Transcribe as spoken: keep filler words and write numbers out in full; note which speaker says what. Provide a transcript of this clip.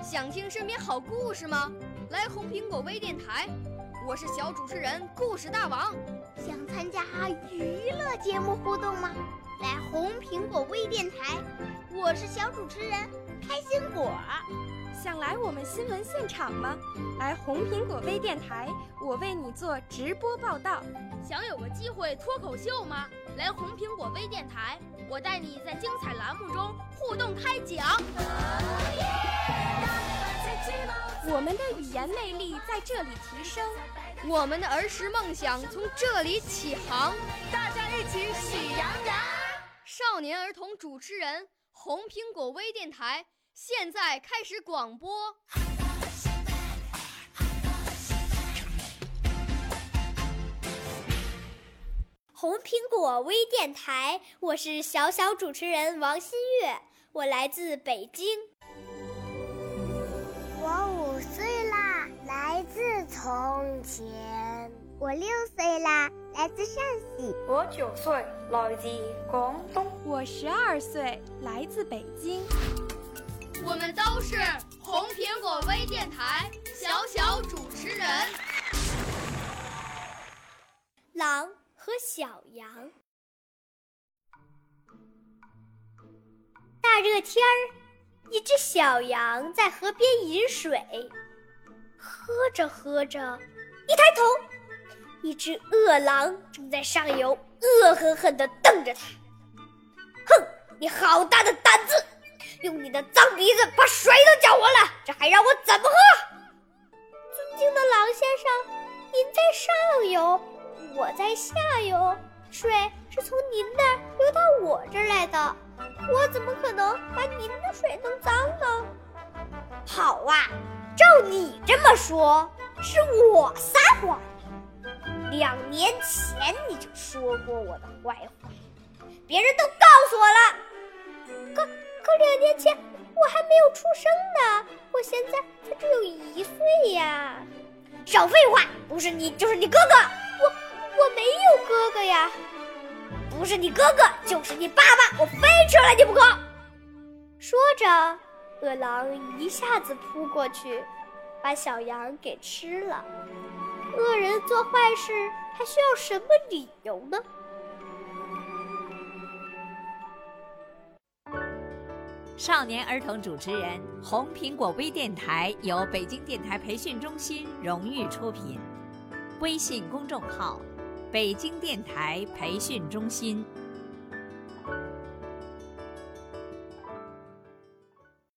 Speaker 1: 想听身边好故事吗？来红苹果微电台，我是小主持人故事大王。
Speaker 2: 想参加娱乐节目互动吗？来红苹果微电台，我是小主持人开心果。
Speaker 3: 想来我们新闻现场吗？来红苹果微电台，我为你做直播报道。
Speaker 4: 想有个机会脱口秀吗？来红苹果微电台，我带你在精彩栏目中互动开讲。
Speaker 3: 我们的语言魅力在这里提升，
Speaker 1: 我们的儿时梦想从这里起航，
Speaker 4: 大家一起喜洋洋。
Speaker 1: 少年儿童主持人，红苹果微电台现在开始广播。
Speaker 2: 红苹果微电台，我是小小主持人王新月，我来自北京。
Speaker 5: 我五岁啦，来自从前。我六岁啦，来自陕西。
Speaker 6: 我九岁，来自广东。
Speaker 3: 我十二岁，来自北京。
Speaker 1: 我们都是红苹果微电台小小主持人。
Speaker 2: 狼和小羊。大热天儿，一只小羊在河边饮水，喝着喝着，一抬头，一只饿狼正在上游恶狠狠地瞪着它。哼，你好大的胆子，用你的脏鼻子把水都搅和了，这还让我怎么喝？尊敬的狼先生，您在上游，我在下游，水是从您那儿流到我这儿来的，我怎么可能把您的水弄脏呢？好啊，照你这么说，是我撒谎。两年前你就说过我的坏话，别人都告诉我了。可可两年前我还没有出生呢，我现在才只有一岁呀。少废话，不是你就是你哥哥。我我没有哥哥呀。不是你哥哥就是你爸爸，我非吃了你不可。说着，饿狼一下子扑过去，把小羊给吃了。恶人做坏事还需要什么理由呢？
Speaker 7: 少年儿童主持人，红苹果微电台由北京电台培训中心荣誉出品，微信公众号：北京电台培训中心。